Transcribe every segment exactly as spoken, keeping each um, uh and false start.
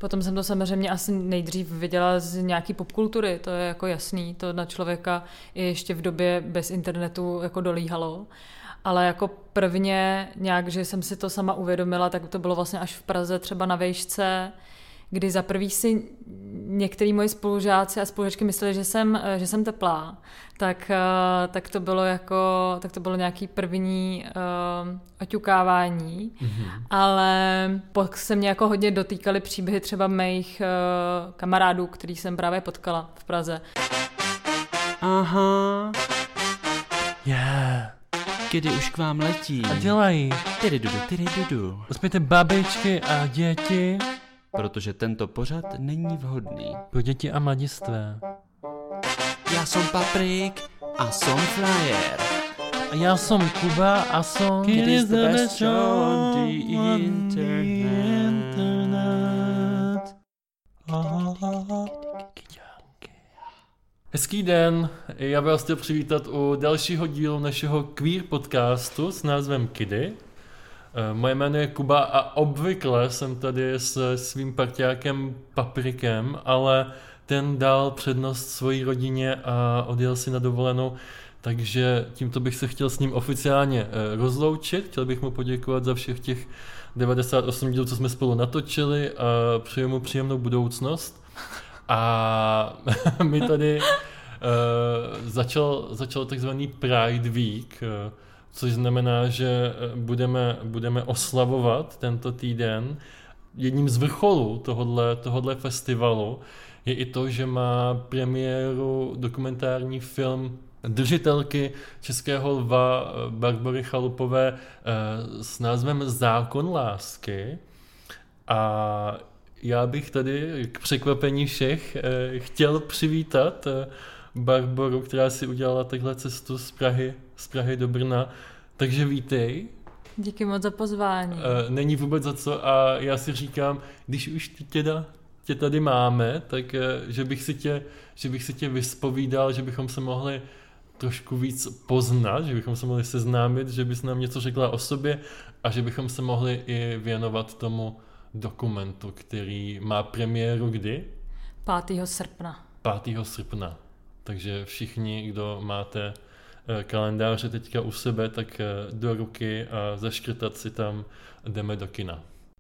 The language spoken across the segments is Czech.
Potom jsem to samozřejmě asi nejdřív viděla z nějaký popkultury, to je jako jasný, to na člověka i ještě v době bez internetu jako dolíhalo. Ale jako prvně nějak, že jsem si to sama uvědomila, tak to bylo vlastně až v Praze třeba na vejšce, kdy za prvý si některý moji spolužáci a spolužačky mysleli, že jsem, že jsem teplá, tak, tak to bylo jako, tak to bylo nějaký první uh, oťukávání, mm-hmm. ale pak se mě jako hodně dotýkaly příběhy třeba mých uh, kamarádů, který jsem právě potkala v Praze. Aha. Yeah. Kdy už k vám letí. A dělají. Tyry dudu, tyry dudu. Uspějte babičky a děti. Protože tento pořad není vhodný pro děti a mladistvé. Já jsem Paprik a jsem Flyer. A já jsem Kuba a jsem It is the best show on the internet. Hezký den, já bych vás chtěl přivítat u dalšího dílu našeho queer podcastu s názvem Kiddy. Moje jméno je Kuba a obvykle jsem tady se svým parťákem Paprikem, ale ten dal přednost svojí rodině a odjel si na dovolenou, takže tímto bych se chtěl s ním oficiálně rozloučit. Chtěl bych mu poděkovat za všech těch devadesát osm dílů, co jsme spolu natočili, a přeju mu příjemnou budoucnost. A my tady uh, začal, začal takzvaný Pride Week, uh, což znamená, že budeme, budeme oslavovat tento týden. Jedním z vrcholů tohodle, tohodle festivalu je i to, že má premiéru dokumentární film držitelky Českého lva Barbory Chalupové s názvem Zákon lásky. A já bych tady k překvapení všech chtěl přivítat Barboru, která si udělala takhle cestu z Prahy, z Prahy do Brna. Takže vítej. Díky moc za pozvání. Není vůbec za co a já si říkám, když už tě, tě tady máme, tak že bych si tě, že bych si tě vyspovídal, že bychom se mohli trošku víc poznat, že bychom se mohli seznámit, že bys nám něco řekla o sobě a že bychom se mohli i věnovat tomu dokumentu, který má premiéru kdy? pátého srpna. pátého srpna. Takže všichni, kdo máte kalendáře teďka u sebe, tak do ruky a zaškrtat si tam jdeme do kina.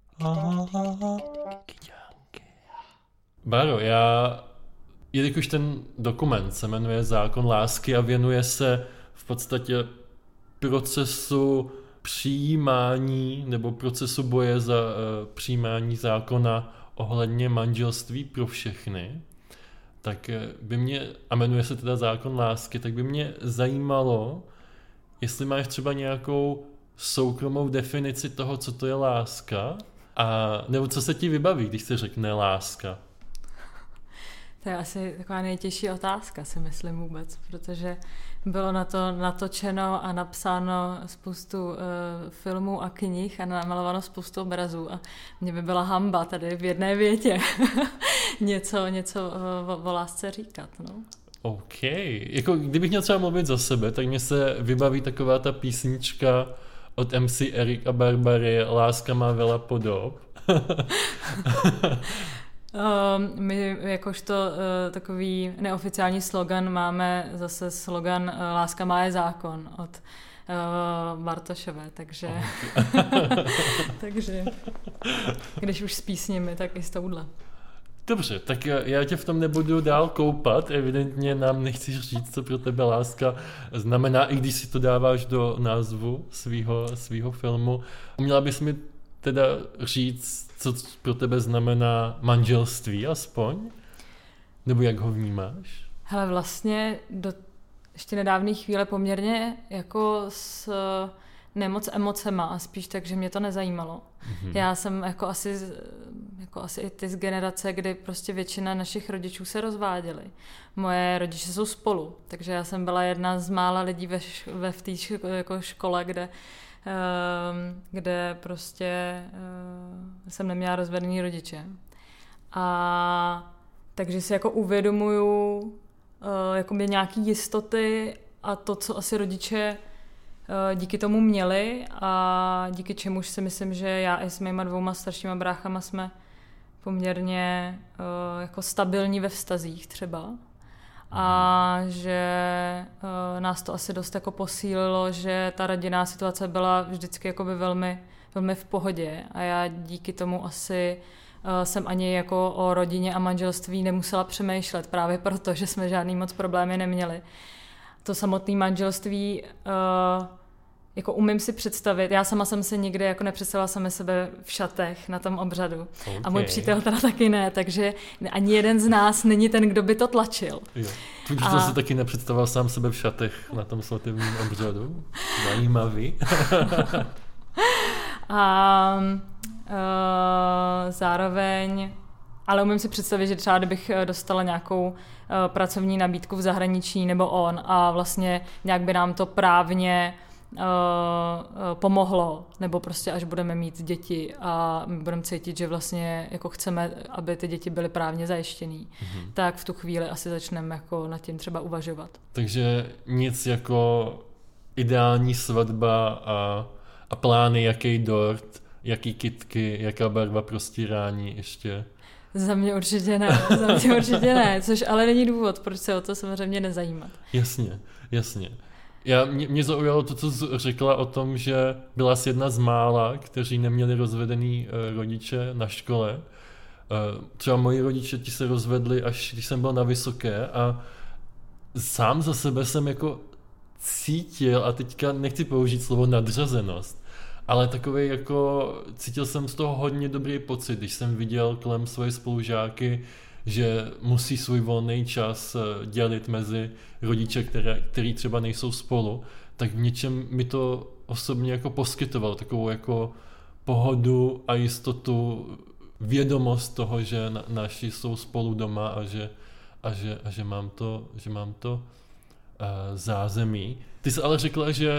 Báro, já, jelikož ten dokument se jmenuje Zákon lásky a věnuje se v podstatě procesu přijímání nebo procesu boje za uh, přijímání zákona ohledně manželství pro všechny, tak by mě, a jmenuje se teda Zákon lásky, tak by mě zajímalo, jestli máš třeba nějakou soukromou definici toho, co to je láska, a nebo co se ti vybaví, když se řekne láska. To je asi taková nejtěžší otázka, si myslím vůbec, protože bylo na to natočeno a napsáno spoustu uh, filmů a knih a namalováno spoustu obrazů a mě by byla hanba tady v jedné větě něco, něco uh, o, o lásce říkat. No. OK. Jako, kdybych měl třeba mluvit za sebe, tak mě se vybaví taková ta písnička od M C Erik a Barbary Láska má veľa podob. Um, my jakožto uh, takový neoficiální slogan máme zase slogan uh, Láska má je zákon od uh, Bartošové, takže takže když už s písněmi, tak i s touhle. Dobře, tak já tě v tom nebudu dál koupat, evidentně nám nechceš říct, co pro tebe láska znamená, i když si to dáváš do názvu svýho, svýho filmu. Uměla bys mi teda říct, co pro tebe znamená manželství aspoň? Nebo jak ho vnímáš? Hele, vlastně do ještě nedávné chvíle poměrně jako s nemoc emocema a spíš tak, že mě to nezajímalo. Mm-hmm. Já jsem jako asi, jako asi i ty z generace, kdy prostě většina našich rodičů se rozváděli. Moje rodiče jsou spolu, takže já jsem byla jedna z mála lidí ve, ve v té jako škole, kde kde prostě jsem neměla rozvedený rodiče. A takže si jako uvědomuju jako mě nějaký jistoty a to, co asi rodiče díky tomu měli a díky čemuž si myslím, že já i s mýma dvouma staršíma bráchama jsme poměrně uh, jako stabilní ve vztazích třeba. A že uh, nás to asi dost jako posílilo, že ta rodinná situace byla vždycky jakoby velmi, velmi v pohodě a já díky tomu asi uh, jsem ani jako o rodině a manželství nemusela přemýšlet, právě proto, že jsme žádný moc problémy neměli. To samotné manželství uh, jako umím si představit, já sama jsem si nikdy jako nepředstavila sami sebe v šatech na tom obřadu. Okay. A můj přítel teda taky ne, takže ani jeden z nás není ten, kdo by to tlačil. Jo. Tvůj přítel a... si taky nepředstavoval sám sebe v šatech na tom svatebním obřadu? Zajímavý. a uh, zároveň, ale umím si představit, že třeba kdybych dostala nějakou uh, pracovní nabídku v zahraničí nebo on a vlastně nějak by nám to právně Uh, uh, pomohlo, nebo prostě až budeme mít děti a budeme cítit, že vlastně jako chceme, aby ty děti byly právně zajištěný, mm-hmm. tak v tu chvíli asi začneme jako nad tím třeba uvažovat. Takže nic jako ideální svatba a, a plány, jaký dort, jaký kytky, jaká barva prostírání ještě. Za mě určitě ne, za mě určitě ne, což ale není důvod, proč se o to samozřejmě nezajímat. Jasně, jasně. Já, mě, mě zaujalo to, co jsi řekla o tom, že byla jsi jedna z mála, kteří neměli rozvedený uh, rodiče na škole. Uh, třeba moji rodiče ti se rozvedli, až když jsem byl na vysoké a sám za sebe jsem jako cítil, a teďka nechci použít slovo nadřazenost, ale takovej jako cítil jsem z toho hodně dobrý pocit, když jsem viděl kolem svoje spolužáky, že musí svůj volný čas dělit mezi rodiče, které, který třeba nejsou spolu, tak v něčem mi to osobně jako poskytovalo takovou jako pohodu a jistotu, vědomost toho, že na, naši jsou spolu doma a že, a že, a že mám to, že mám to uh, zázemí. Ty jsi ale řekla, že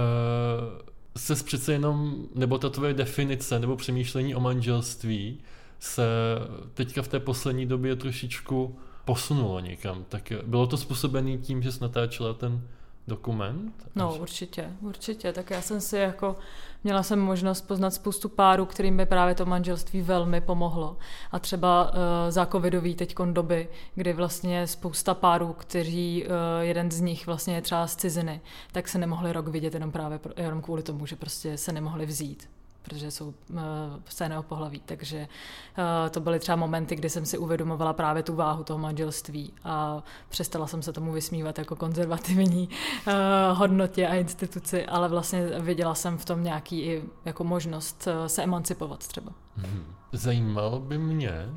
uh, ses přece jenom, nebo ta tvoje definice nebo přemýšlení o manželství se teďka v té poslední době trošičku posunulo někam. Tak bylo to způsobené tím, že jsi natáčela ten dokument? No určitě, určitě. Tak já jsem si jako, měla jsem možnost poznat spoustu párů, kterým by právě to manželství velmi pomohlo. A třeba uh, za covidový teďkon doby, kdy vlastně spousta párů, kteří, uh, jeden z nich vlastně je třeba z ciziny, tak se nemohli rok vidět jenom právě jenom kvůli tomu, že prostě se nemohli vzít, protože jsou uh, stejného pohlaví. Takže uh, to byly třeba momenty, kdy jsem si uvědomovala právě tu váhu toho manželství a přestala jsem se tomu vysmívat jako konzervativní uh, hodnotě a instituci, ale vlastně viděla jsem v tom nějaký i jako možnost uh, se emancipovat třeba. Hmm. Zajímalo by mě,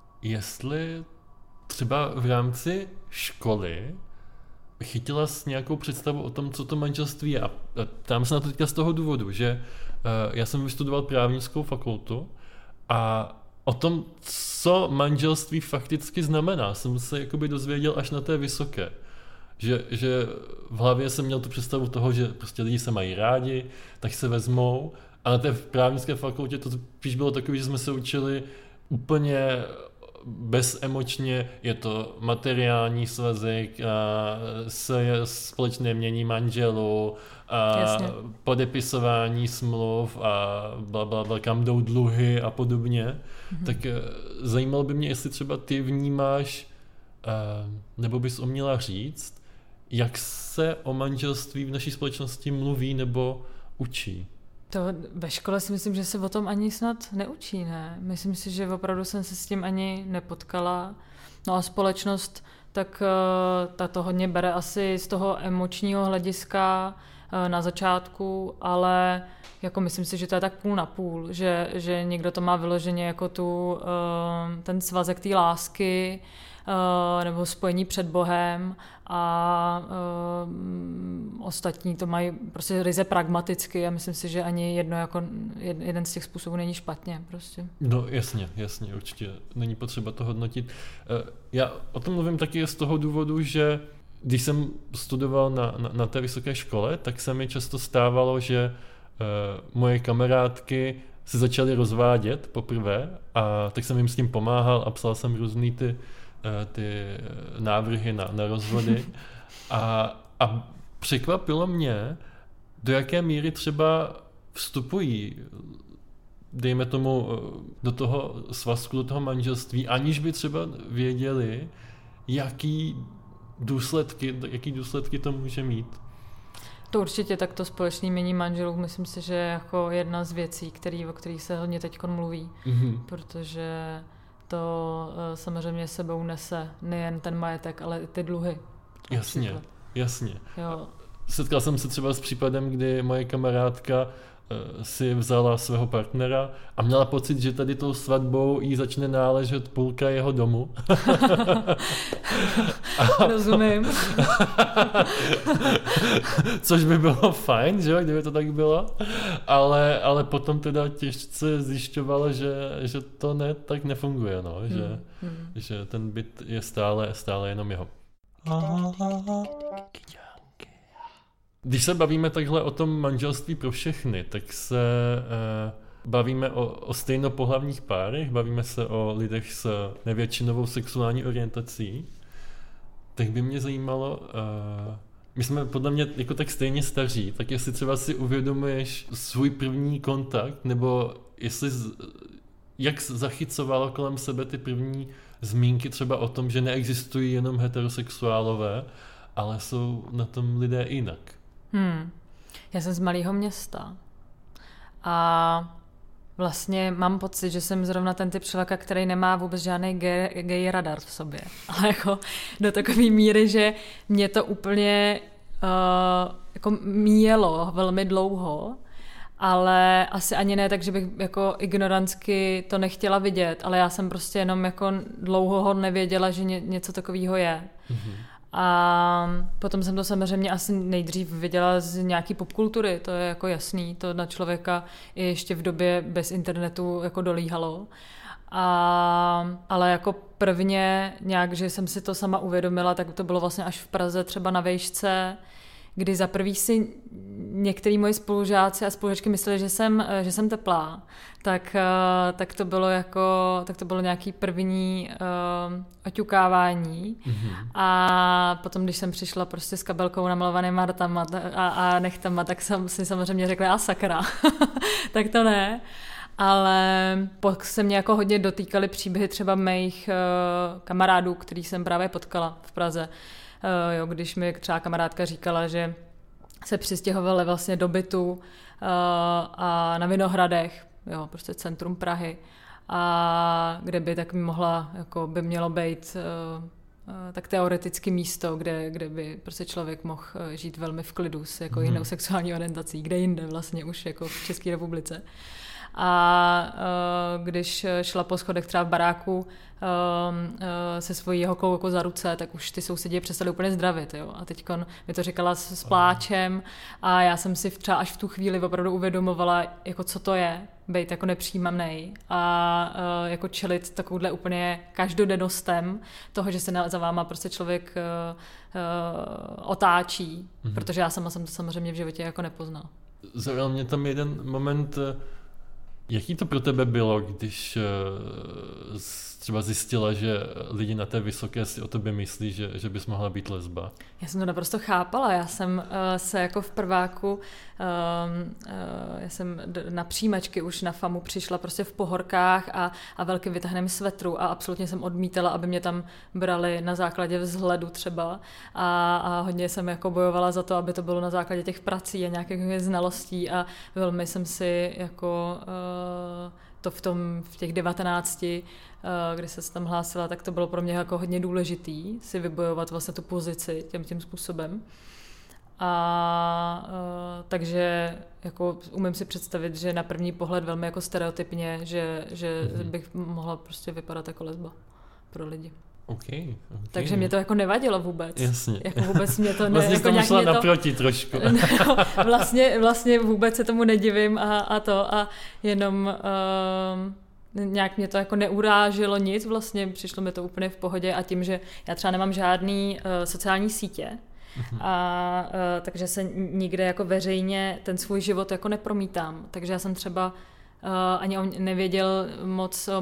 jestli třeba v rámci školy chytila jsi nějakou představu o tom, co to manželství je. A ptám se na to teďka z toho důvodu, že uh, já jsem vystudoval právnickou fakultu a o tom, co manželství fakticky znamená, jsem se jakoby dozvěděl až na té vysoké. Že, že v hlavě jsem měl tu představu toho, že prostě lidi se mají rádi, tak se vezmou. A na té právnické fakultě to spíš bylo takové, že jsme se učili úplně bezemočně, je to materiální svazek, a se společné mění manželů, a Jasně. podepisování smluv a bla, bla, bla, kam jdou dluhy a podobně. Mm-hmm. Tak zajímalo by mě, jestli třeba ty vnímáš, nebo bys uměla říct, jak se o manželství v naší společnosti mluví nebo učí. To ve škole si myslím, že se o tom ani snad neučí, ne? Myslím si, že opravdu jsem se s tím ani nepotkala. No a společnost, tak ta to hodně bere asi z toho emočního hlediska na začátku, ale jako myslím si, že to je tak půl na půl, že, že někdo to má vyloženě jako tu, ten svazek té lásky, nebo spojení před Bohem a uh, ostatní to mají prostě ryze pragmaticky a myslím si, že ani jedno jako jeden z těch způsobů není špatně prostě. No jasně, jasně, určitě není potřeba to hodnotit. Já o tom mluvím taky z toho důvodu, že když jsem studoval na, na, na té vysoké škole, tak se mi často stávalo, že uh, moje kamarádky se začaly rozvádět poprvé a tak jsem jim s tím pomáhal a psal jsem různý ty ty návrhy na, na rozvody a, a překvapilo mě, do jaké míry třeba vstupují dejme tomu, do toho svazku, do toho manželství, aniž by třeba věděli, jaký důsledky, jaký důsledky to může mít. To určitě, tak to společné jmění manželů, myslím si, že je jako jedna z věcí, který, o kterých se hodně teď mluví, mm-hmm. protože to samozřejmě sebou nese nejen ten majetek, ale i ty dluhy. Jasně, příklad. jasně. Jo. Setkal jsem se třeba s případem, kdy moje kamarádka si vzala svého partnera a měla pocit, že tady tou svatbou jí začne náležet půlka jeho domu. Rozumím. Což by bylo fajn, že jo, kdyby to tak bylo, ale, ale potom teda těžce zjišťovala, že, že to ne, tak nefunguje, no, hmm. že, hmm. že ten byt je stále, stále jenom jeho. Když se bavíme takhle o tom manželství pro všechny, tak se eh, bavíme o, o stejnopohlavních párech, bavíme se o lidech s nevětšinovou sexuální orientací, tak by mě zajímalo, eh, my jsme podle mě jako tak stejně staří, tak jestli třeba si uvědomuješ svůj první kontakt, nebo jestli, jak zachycovalo kolem sebe ty první zmínky třeba o tom, že neexistují jenom heterosexuálové, ale jsou na tom lidé jinak. Hmm. Já jsem z malého města a vlastně mám pocit, že jsem zrovna ten typ člověka, který nemá vůbec žádný gay, gay radar v sobě. Ale jako do takové míry, že mě to úplně uh, jako míjelo velmi dlouho, ale asi ani ne tak, že bych jako ignorantsky to nechtěla vidět, ale já jsem prostě jenom jako dlouho ho nevěděla, že ně, něco takového je. Mm-hmm. A potom jsem to samozřejmě asi nejdřív viděla z nějaký popkultury, to je jako jasný, to na člověka i ještě v době bez internetu jako dolíhalo. A, ale jako prvně nějak, že jsem si to sama uvědomila, tak to bylo vlastně až v Praze třeba na vejšce, kdy za prvý si některý moji spolužáci a spolužačky mysleli, že jsem, že jsem teplá, tak, tak to bylo jako, tak to bylo nějaký první uh, oťukávání. Mm-hmm. A potom, když jsem přišla prostě s kabelkou namalovanýma rtama a, a nechtama, tak jsem si samozřejmě řekla, a sakra, tak to ne. Ale pak se mě jako hodně dotýkaly příběhy třeba mých uh, kamarádů, který jsem právě potkala v Praze. Uh, jo, když mi třeba kamarádka říkala, že se přistěhovali vlastně do bytu uh, a na Vinohradech, jo, prostě centrum Prahy, a kde by tak mohla, jako by mělo být uh, uh, tak teoreticky místo, kde, kde by prostě člověk mohl žít velmi v klidu s jako hmm. jinou sexuální orientací, kde jinde vlastně už jako v České republice. A uh, když šla po schodech třeba v baráku uh, uh, se svojí holkou za ruce, tak už ty sousedí přestali úplně zdravit. Jo? A teď mi to říkala s, s pláčem a já jsem si třeba až v tu chvíli opravdu uvědomovala, jako co to je, být jako nepříjemnej a uh, jako čelit takovouhle úplně každodennostem toho, že se na, za váma prostě člověk uh, uh, otáčí, mm-hmm. protože já sama jsem to samozřejmě v životě jako nepoznala. Zaujal mě tam jeden moment. Jaký to pro tebe bylo, když uh, třeba zjistila, že lidi na té vysoké si o tobě myslí, že, že bys mohla být lesba? Já jsem to naprosto chápala. Já jsem uh, se jako v prváku, uh, uh, já jsem na přijímačky už na FAMu přišla prostě v pohorkách a, a velkým vytahném svetru a absolutně jsem odmítala, aby mě tam brali na základě vzhledu třeba a, a hodně jsem jako bojovala za to, aby to bylo na základě těch prací a nějakých znalostí a velmi jsem si jako uh, to v tom v těch devatenácti, kdy se tam hlásila, tak to bylo pro mě jako hodně důležitý si vybojovat vlastně tu pozici tím tím způsobem. A uh, takže jako umím si představit, že na první pohled velmi jako stereotypně, že, že mm-hmm. bych mohla prostě vypadat jako lesba pro lidi. Okay, okay. Takže mě to jako nevadilo vůbec. Jasně. Jako vůbec mě to ne, vlastně jako tomu šla to, naproti trošku. No, vlastně, vlastně vůbec se tomu nedivím a, a to a jenom uh, nějak mě to jako neurážilo nic, vlastně přišlo mi to úplně v pohodě a tím, že já třeba nemám žádný uh, sociální sítě, uh-huh. a uh, takže se nikde jako veřejně ten svůj život jako nepromítám. Takže já jsem třeba uh, ani on nevěděl moc o mých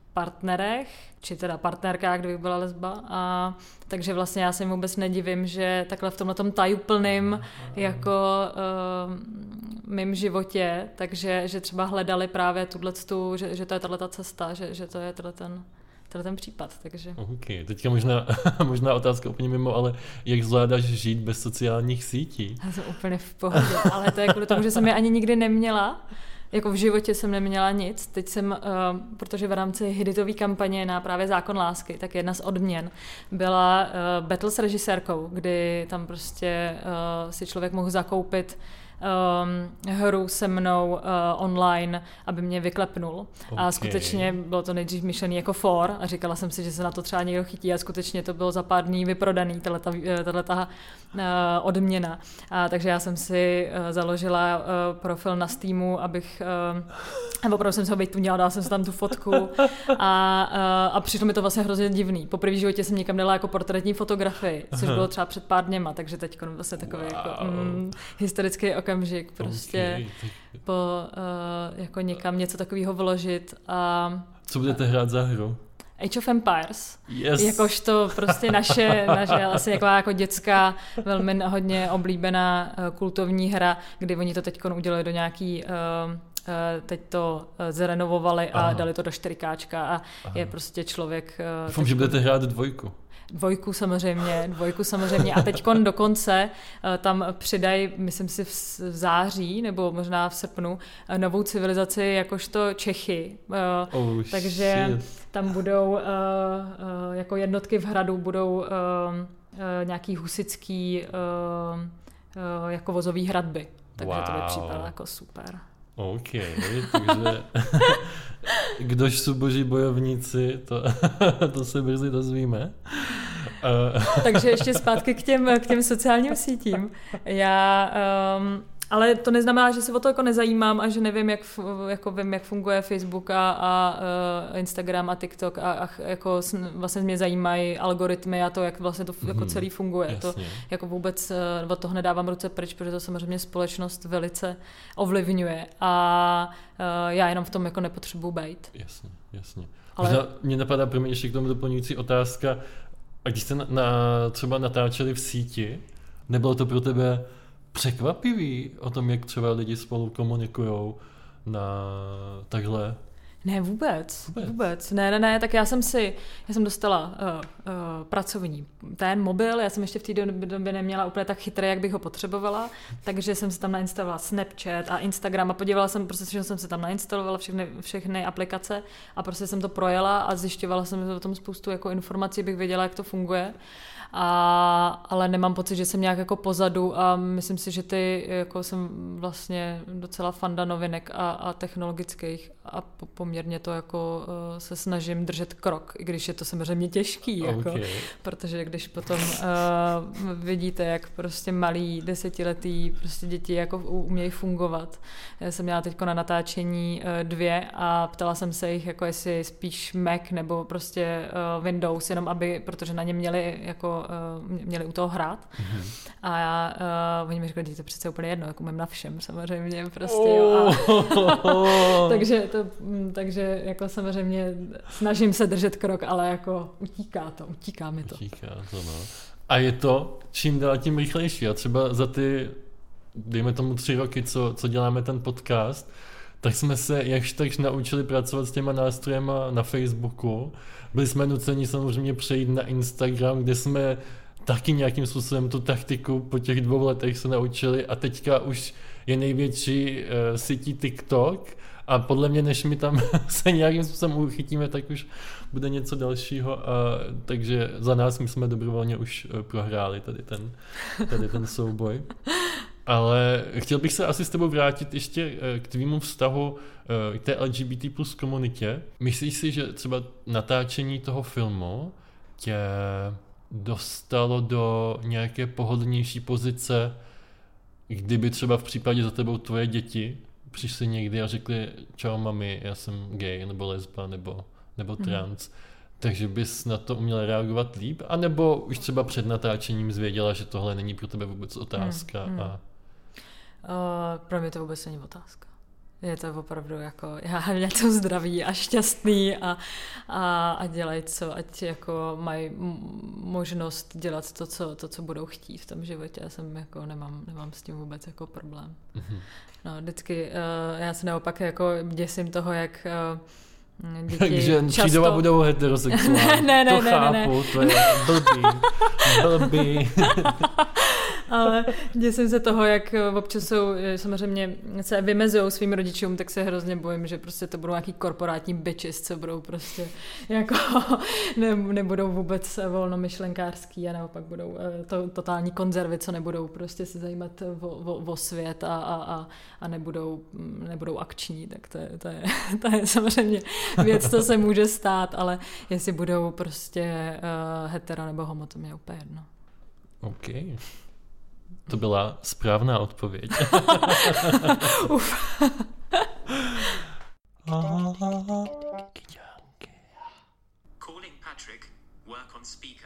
partnerech, či teda partnerkách, kdybych byla lesba. A takže vlastně já se jim vůbec nedivím, že takhle v tomhletom tajuplným jako uh, mým životě, takže že třeba hledali právě tuto, že, že to je tato cesta, že, že to je tenhle ten, tenhle ten případ. Takže. Ok, teďka možná, možná otázka úplně mimo, ale jak zvládáš žít bez sociálních sítí? Já jsem úplně v pohodě, ale to je kvůli tomu, že jsem je ani nikdy neměla. Jako v životě jsem neměla nic. Teď jsem, uh, protože v rámci hititové kampaně na právě Zákon lásky, tak jedna z odměn byla uh, battle s režisérkou, kdy tam prostě uh, si člověk mohl zakoupit um, hru se mnou uh, online, aby mě vyklepnul. Okay. A skutečně bylo to nejdřív myšlený jako for a říkala jsem si, že se na to třeba někdo chytí a skutečně to bylo za pár dní vyprodaný, tato uh, odměna. A takže já jsem si uh, založila uh, profil na Steamu, abych uh, opravdu jsem se ho bejtuněla, dala jsem si tam tu fotku a, uh, a přišlo mi to vlastně hrozně divný. Po první životě jsem někam dala jako portrétní fotografii, což bylo třeba před pár dněma, takže teď vlastně takový wow. jako, mm, historický okamžik, prostě okay. po uh, jako někam něco takového vložit. A, co budete hrát za hru? Age of Empires, yes. jakožto prostě naše, naše asi jako, jako dětská, velmi hodně oblíbená uh, kultovní hra, kdy oni to teď udělali do nějaký, uh, uh, teď to uh, zrenovovali a Aha. dali to do čtyři ká a Aha. je prostě člověk... Uh, Doufám, že budete hrát dvojku. Dvojku samozřejmě, dvojku samozřejmě a teďkon dokonce tam přidají, myslím si v září nebo možná v srpnu, novou civilizaci jakožto Čechy. Oh, takže shit. Tam budou jako jednotky v hradu, budou nějaký husický jako vozový hradby. Takže wow. to by připadalo jako super. OK, takže kdož jsou boží bojovníci, to, to se brzy dozvíme. Takže ještě zpátky k těm, k těm sociálním sítím. Já, um, ale to neznamená, že se o to jako nezajímám a že nevím, jak, jako vím, jak funguje Facebook a, a uh, Instagram a TikTok a, a jako vlastně mě zajímají algoritmy a to, jak vlastně to jako celý funguje. To jako vůbec uh, od toho nedávám ruce pryč, protože to samozřejmě společnost velice ovlivňuje a uh, já jenom v tom jako nepotřebuji být. Jasně, jasně. Ale... Možná mě napadá pro mě ještě k tomu doplňující otázka, a když jste na, na, třeba natáčeli v síti, nebylo to pro tebe překvapivý o tom, jak třeba lidi spolu komunikujou na takhle? Ne, vůbec, vůbec. Vůbec. Ne, ne, ne, tak já jsem si, já jsem dostala uh, uh, pracovní ten mobil, já jsem ještě v té době neměla úplně tak chytrý, jak bych ho potřebovala, takže jsem si tam nainstalovala Snapchat a Instagram a podívala jsem, prostě že jsem si tam nainstalovala všechny, všechny aplikace a prostě jsem to projela a zjišťovala jsem o tom spoustu jako informací, bych věděla, jak to funguje. A, ale nemám pocit, že jsem nějak jako pozadu a myslím si, že ty jako jsem vlastně docela fanda novinek a, a technologických a po, poměrně to jako uh, se snažím držet krok, i když je to samozřejmě těžký, jako, okay. protože když potom uh, vidíte, jak prostě malí desetiletí prostě děti jako umějí fungovat. Já jsem měla teďko na natáčení uh, dvě a ptala jsem se jich, jako jestli spíš Mac nebo prostě uh, Windows, jenom aby, protože na ně měli jako měli u toho hrát. Mm-hmm. A já, uh, oni mi řekli, že to je přece úplně jedno, jako mám na všem samozřejmě prostě. Oh. Jo, a takže, to, takže jako samozřejmě snažím se držet krok, ale jako utíká to, utíká mi to. Utíká to, no. A je to čím dál tím rychlejší. A třeba za ty, dejme tomu tři roky, co, co děláme ten podcast, tak jsme se jakž takž naučili pracovat s těma nástrojema na Facebooku. Byli jsme nuceni samozřejmě přejít na Instagram, kde jsme taky nějakým způsobem tu taktiku po těch dvou letech se naučili a teďka už je největší uh, sítí TikTok a podle mě, než my tam se nějakým způsobem uchytíme, tak už bude něco dalšího a takže za nás my jsme dobrovolně už uh, prohráli tady ten, tady ten souboj. Ale chtěl bych se asi s tebou vrátit ještě k tvýmu vztahu k té L G B T plus komunitě. Myslíš si, že třeba natáčení toho filmu tě dostalo do nějaké pohodlnější pozice, kdyby třeba v případě za tebou tvoje děti přišly někdy a řekli čau mami, já jsem gay, nebo lesba, nebo, nebo trans. Mm. Takže bys na to uměla reagovat líp? A nebo už třeba před natáčením zvěděla, že tohle není pro tebe vůbec otázka? Mm. Mm. A... Uh, pro mě to vůbec není otázka. je to opravdu jako, já mě to zdraví a šťastný a, a, a dělají co, ať jako mají možnost dělat to co, to, co budou chtít v tom životě. Já jsem jako nemám, nemám s tím vůbec jako problém. Mm-hmm. No, vždycky, uh, já se naopak jako děsím toho, jak uh, děti Takže často... přijdou a budou heterosexuální. ne, ne, to ne, chápu, ne, ne. to je blbý. Blbý. Ale děsím se toho, jak občas jsou, samozřejmě se vymezují svým rodičům, tak se hrozně bojím, že prostě to budou nějaký korporátní bitches, co budou prostě jako ne, nebudou vůbec volnomyšlenkářský a naopak budou to, totální konzervy, co nebudou prostě se zajímat o, o, o svět a, a, a, a nebudou, nebudou akční, tak to je, to, je, to je samozřejmě věc, co se může stát, ale jestli budou prostě uh, hetero nebo homo, to mě je úplně jedno. OK. To byla správná odpověď. Uf. Calling Patrick, work on speaker.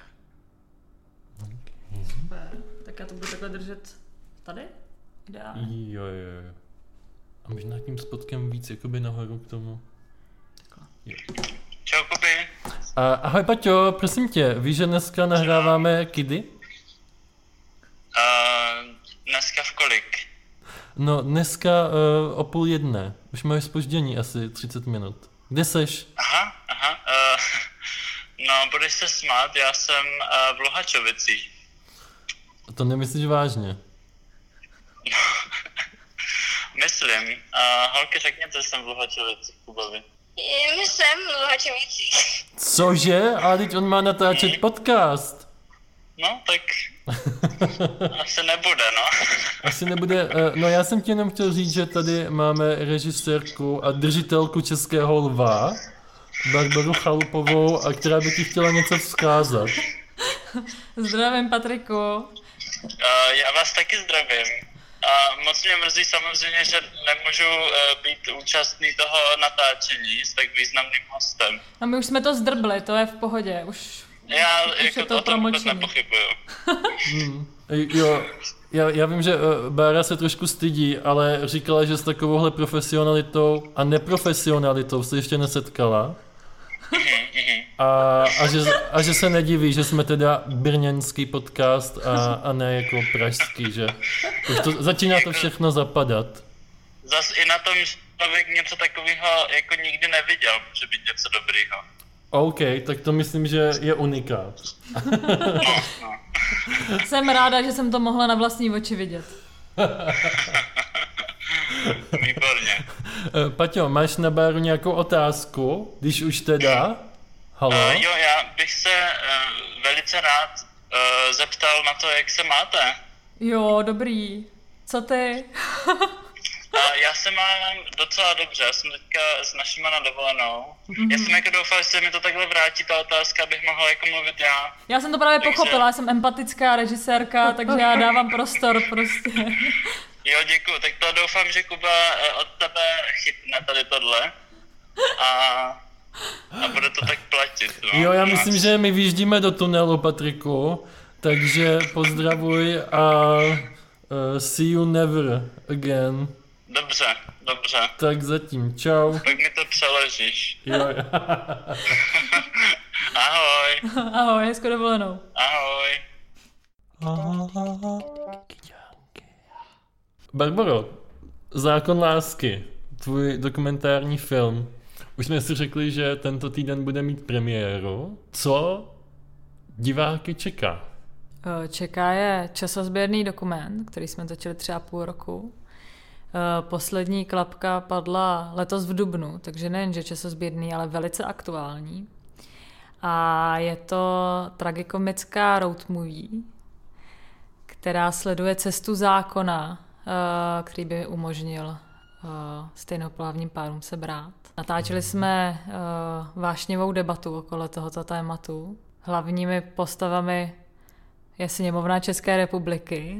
Super. Tak já to budu takhle držet tady? Ideálně. Jo, jo, jo. A možná tím spodkem víc jakoby nahoru k tomu. Takhle. Jo. Čau, Kuby. A, ahoj Paťo, prosím tě, víš, že dneska nahráváme Kidy? Uh, dneska v kolik? No, dneska uh, o půl jedné. Už máš zpoždění asi třicet minut. Kde seš? Aha, aha. Uh, no, budeš se smát, já jsem uh, v Luhačovicích. To nemyslíš vážně? Myslím. Uh, holky, řekněte, že jsem v Luhačovicích, Kubovi. My jsem v Luhačovicích. Cože? Ale teď on má natáčet podcast. No, tak asi nebude, no. Asi nebude, uh, no já jsem ti jenom chtěl říct, že tady máme režisérku a držitelku Českého lva, Barboru Chalupovou, a která by ti chtěla něco vzkázat. Zdravím, Patriku. Uh, já vás taky zdravím. A moc mě mrzí samozřejmě, že nemůžu uh, být účastný toho natáčení s tak významným hostem. A my už jsme to zdrbli, to je v pohodě, už, Já už jako je to o tom vůbec promlčený. nepochybuju. Hmm. Jo, já, já vím, že uh, Bára se trošku stydí, ale říkala, že s takovouhle profesionalitou a neprofesionalitou se ještě nesetkala. A, a, že, a že se nediví, že jsme teda brněnský podcast a, a ne jako pražský, že už to, začíná to všechno zapadat. Zas i na tom, že člověk něco takového jako nikdy neviděl, může být něco dobrýho. OK, tak to myslím, že je unikát. Jsem ráda, že jsem to mohla na vlastní oči vidět. Výborně. Paťo, máš na Báru nějakou otázku, když už teda? Halo? Uh, jo, já bych se uh, velice rád uh, zeptal na to, jak se máte. Jo, dobrý. Co ty? Uh, já se mám docela dobře, já jsem teďka s našima na dovolenou. Mm-hmm. Já jsem jako doufal, že se mi to takhle vrátí, ta otázka, abych mohla jako mluvit já. Já jsem to právě Takže- pochopila, já jsem empatická režisérka, takže já dávám prostor prostě. Jo, děkuju, tak to doufám, že Kuba uh, od tebe chytne tady tohle. A, a bude to tak platit. No. Jo, já myslím, že my vyjíždíme do tunelu, Patriku, takže pozdravuj a uh, see you never again. Dobře, dobře. Tak zatím, čau. Tak mi to přeložíš. Jo. Ahoj. Ahoj, hezkou dovolenou. Ahoj. Barbaro, Zákon lásky, tvůj dokumentární film. Už jsme si řekli, že tento týden bude mít premiéru. Co diváky čeká? Čeká je časozběrný dokument, který jsme točili tři a půl roku. Poslední klapka padla letos v dubnu, takže nejen, že časozběrný, ale velice aktuální. A je to tragikomická road movie, která sleduje cestu zákona, který by umožnil stejnopohlavním párům se brát. Natáčeli jsme vášnivou debatu okolo tohoto tématu. Hlavními postavami je sněmovna České republiky.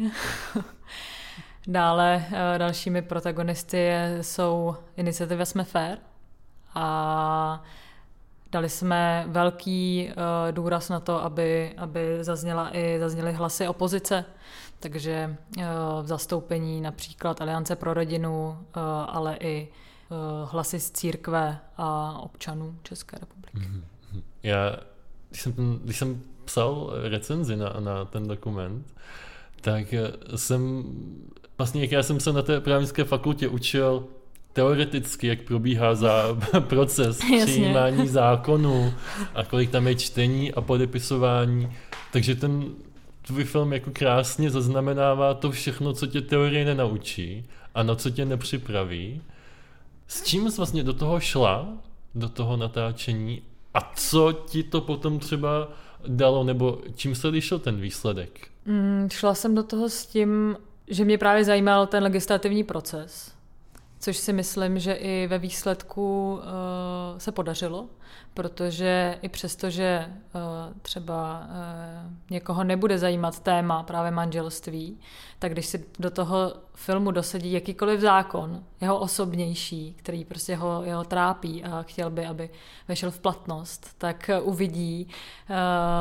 Dále dalšími protagonisty jsou iniciativa Jsme fair a Dali jsme velký uh, důraz na to, aby, aby zazněla i, zazněly hlasy opozice, takže uh, v zastoupení například Aliance pro rodinu, uh, ale i uh, hlasy z církve a občanů České republiky. Mm-hmm. Já, když jsem, když jsem psal recenzi na, na ten dokument, tak jsem, vlastně jak já jsem se na té právnické fakultě učil teoreticky, jak probíhá za proces přijímání zákonů a kolik tam je čtení a podepisování, takže ten tvůj film jako krásně zaznamenává to všechno, co tě teorie nenaučí a na co tě nepřipraví. S čím jsi vlastně do toho šla, do toho natáčení a co ti to potom třeba dalo, nebo čím se lišil ten výsledek? Mm, šla jsem do toho s tím, že mě právě zajímal ten legislativní proces, což si myslím, že i ve výsledku uh, se podařilo, protože i přesto, že uh, třeba uh, někoho nebude zajímat téma právě manželství, tak když si do toho filmu dosadí jakýkoliv zákon, jeho osobnější, který prostě ho, jeho trápí a chtěl by, aby vešel v platnost, tak uh, uvidí uh,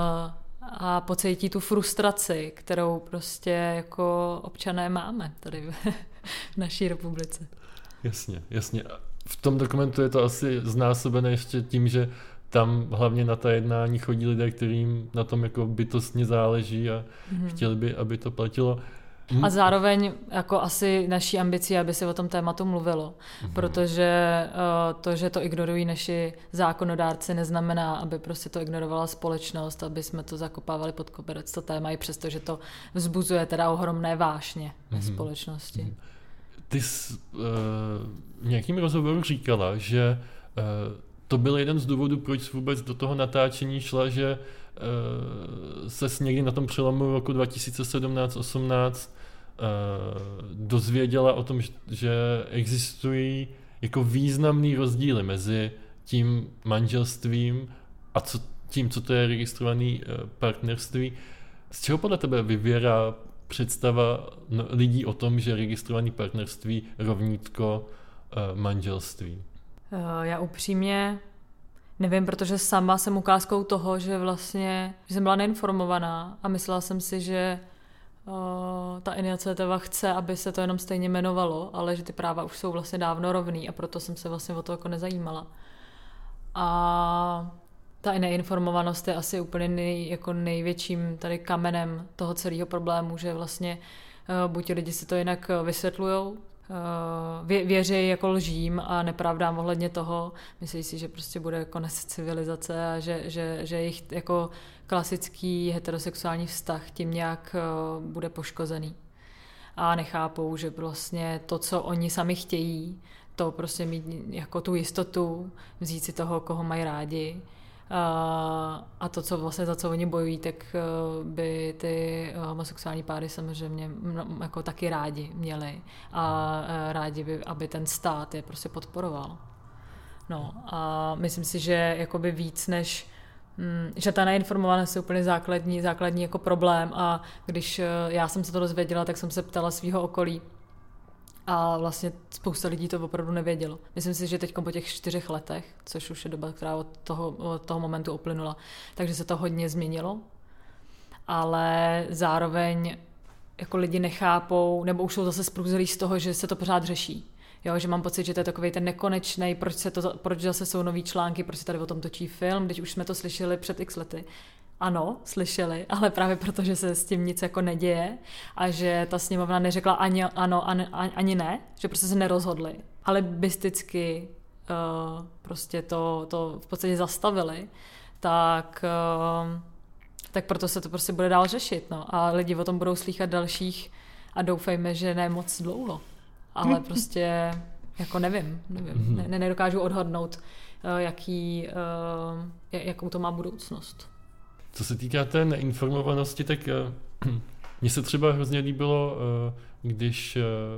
a pocítí tu frustraci, kterou prostě jako občané máme tady v naší republice. Jasně, jasně. V tom dokumentu je to asi znásobené ještě tím, že tam hlavně na ta jednání chodí lidé, kterým na tom jako bytostně záleží a mm. chtěli by, aby to platilo. A zároveň jako asi naší ambicí, aby se o tom tématu mluvilo, mm. protože uh, to, že to ignorují naši zákonodárci, neznamená, aby prostě to ignorovala společnost, aby jsme to zakopávali pod koberec, to téma, i přesto, že to vzbuzuje teda ohromné vášně mm. ve společnosti. Mm. Ty jsi uh, v nějakým rozhovoru říkala, že uh, to byl jeden z důvodů, proč jsi vůbec do toho natáčení šla, že uh, ses někdy na tom přelomu roku dva tisíce sedmnáct osmnáct uh, dozvěděla o tom, že existují jako významný rozdíly mezi tím manželstvím a co, tím, co to je registrovaný uh, partnerství. Z čeho podle tebe vyvěrá představa lidí o tom, že registrované partnerství rovnítko uh, manželství? Já upřímně nevím, protože sama jsem ukázkou toho, že vlastně že jsem byla neinformovaná a myslela jsem si, že uh, ta iniciativa chce, aby se to jenom stejně jmenovalo, ale že ty práva už jsou vlastně dávno rovný a proto jsem se vlastně o to jako nezajímala. A ta neinformovanost je asi úplně nej, jako největším tady kamenem toho celého problému, že vlastně uh, buď lidi si to jinak vysvětlujou, Vě, věří jako lžím a nepravdám ohledně toho. Myslí si, že prostě bude konec civilizace a že, že, že jejich jako klasický heterosexuální vztah tím nějak bude poškozený. A nechápou, že vlastně to, co oni sami chtějí, to prostě mít jako tu jistotu, vzít si toho, koho mají rádi, a to, co vlastně za co oni bojují, tak by ty homosexuální páry samozřejmě jako taky rádi měli a rádi by, aby ten stát je prostě podporoval. No a myslím si, že jakoby víc než že ta neinformovanost je úplně základní, základní jako problém a když já jsem se to dozvěděla, tak jsem se ptala svého okolí a vlastně spousta lidí to opravdu nevědělo. Myslím si, že teď po těch čtyřech letech, což už je doba, která od toho, od toho momentu uplynula, takže se to hodně změnilo, ale zároveň jako lidi nechápou, nebo už jsou zase zprůzlí z toho, že se to pořád řeší. Jo, že mám pocit, že to je takovej ten nekonečný, proč, se to, proč zase jsou nový články, proč se tady o tom točí film, když už jsme to slyšeli před x lety. Ano, slyšeli, ale právě proto, že se s tím nic jako neděje a že ta sněmovna neřekla ani ano, ani, ani ne, že prostě se nerozhodli. Ale bysticky uh, prostě to, to v podstatě zastavili, tak, uh, tak proto se to prostě bude dál řešit. No. A lidi o tom budou slýchat dalších a doufejme, že ne moc dlouho. Ale prostě jako nevím, nevím. Ne, nedokážu odhadnout, uh, jaký, uh, jakou to má budoucnost. Co se týká té neinformovanosti, tak uh, mně se třeba hrozně líbilo, uh, když uh,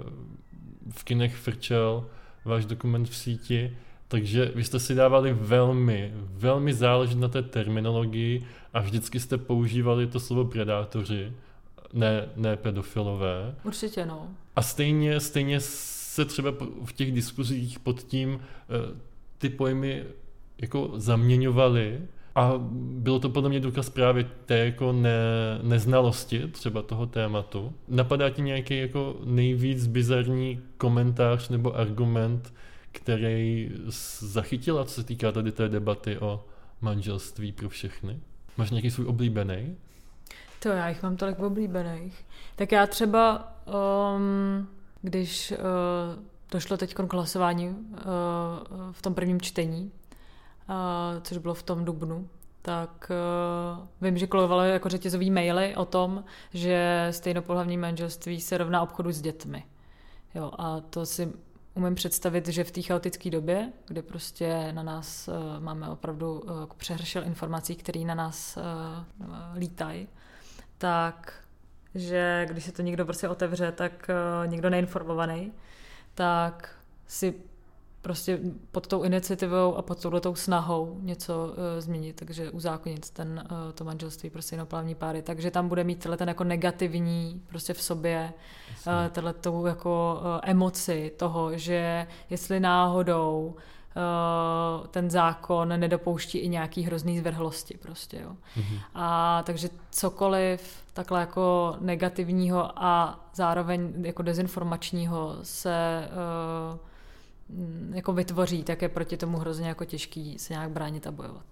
v kinech frčel váš dokument v síti, takže vy jste si dávali velmi, velmi záležet na té terminologii a vždycky jste používali to slovo predátoři, ne, ne pedofilové. Určitě, no. A stejně, stejně se třeba v těch diskuzích pod tím uh, ty pojmy jako zaměňovali a bylo to podle mě důkaz právě té jako ne, neznalosti třeba toho tématu. Napadá ti nějaký jako nejvíc bizarní komentář nebo argument, který zachytila, co se týká tady té debaty o manželství pro všechny? Máš nějaký svůj oblíbený? To já jich mám tolik oblíbených. Tak já třeba, um, když uh, došlo teď k hlasování uh, v tom prvním čtení, uh, což bylo v tom dubnu, tak uh, vím, že kolovaly jako řetězový maily o tom, že stejnopohlavní manželství se rovná obchodu s dětmi. Jo, a to si umím představit, že v té chaotické době, kdy prostě na nás uh, máme opravdu uh, přehršel informací, které na nás uh, lítají, tak, že když se to někdo prostě otevře, tak uh, někdo neinformovaný, tak si prostě pod tou iniciativou a pod touhletou snahou něco uh, změnit, takže uzákonit ten, uh, to manželství pro stejnopohlavní páry. Takže tam bude mít tenhle ten jako negativní prostě v sobě uh, tenhletou jako uh, emoci toho, že jestli náhodou uh, ten zákon nedopouští i nějaký hrozný zvrhlosti prostě, jo. Mm-hmm. A takže cokoliv takhle jako negativního a zároveň jako dezinformačního se uh, jako vytvoří, tak je proti tomu hrozně jako těžký se nějak bránit a bojovat.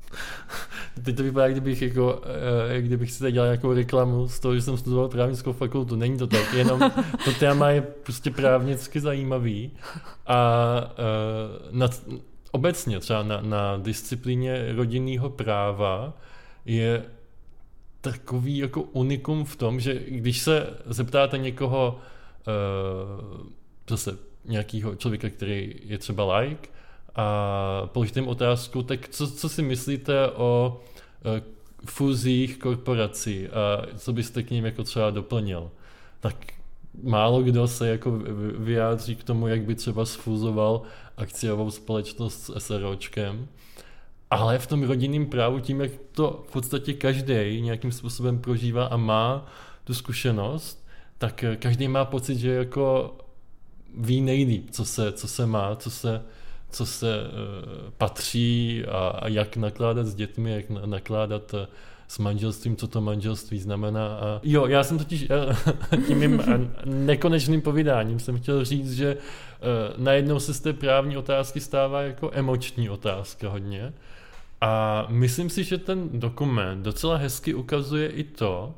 Teď to vypadá, kdybych, jako, eh, kdybych si tady dělal nějakou reklamu z toho, že jsem studoval právnickou fakultu. Není to tak, jenom to téma je prostě právnicky zajímavý a eh, na, obecně třeba na, na disciplíně rodinného práva je takový jako unikum v tom, že když se zeptáte někoho eh, zase nějakého člověka, který je třeba laik, a položíte jim otázku, tak co, co si myslíte o e, fúzích korporací a co byste k ním jako třeba doplnil? Tak málo kdo se jako vyjádří k tomu, jak by třeba sfúzoval akciovou společnost s SROčkem, ale v tom rodinném právu tím, jak to v podstatě každý nějakým způsobem prožívá a má tu zkušenost, tak každý má pocit, že jako ví nejlíp, co se, co se má, co se, co se uh, patří a, a jak nakládat s dětmi, jak na, nakládat uh, s manželstvím, co to manželství znamená. A jo, já jsem totiž uh, tím mým nekonečným povídáním jsem chtěl říct, že uh, najednou se z té právní otázky stává jako emoční otázka hodně. A myslím si, že ten dokument docela hezky ukazuje i to,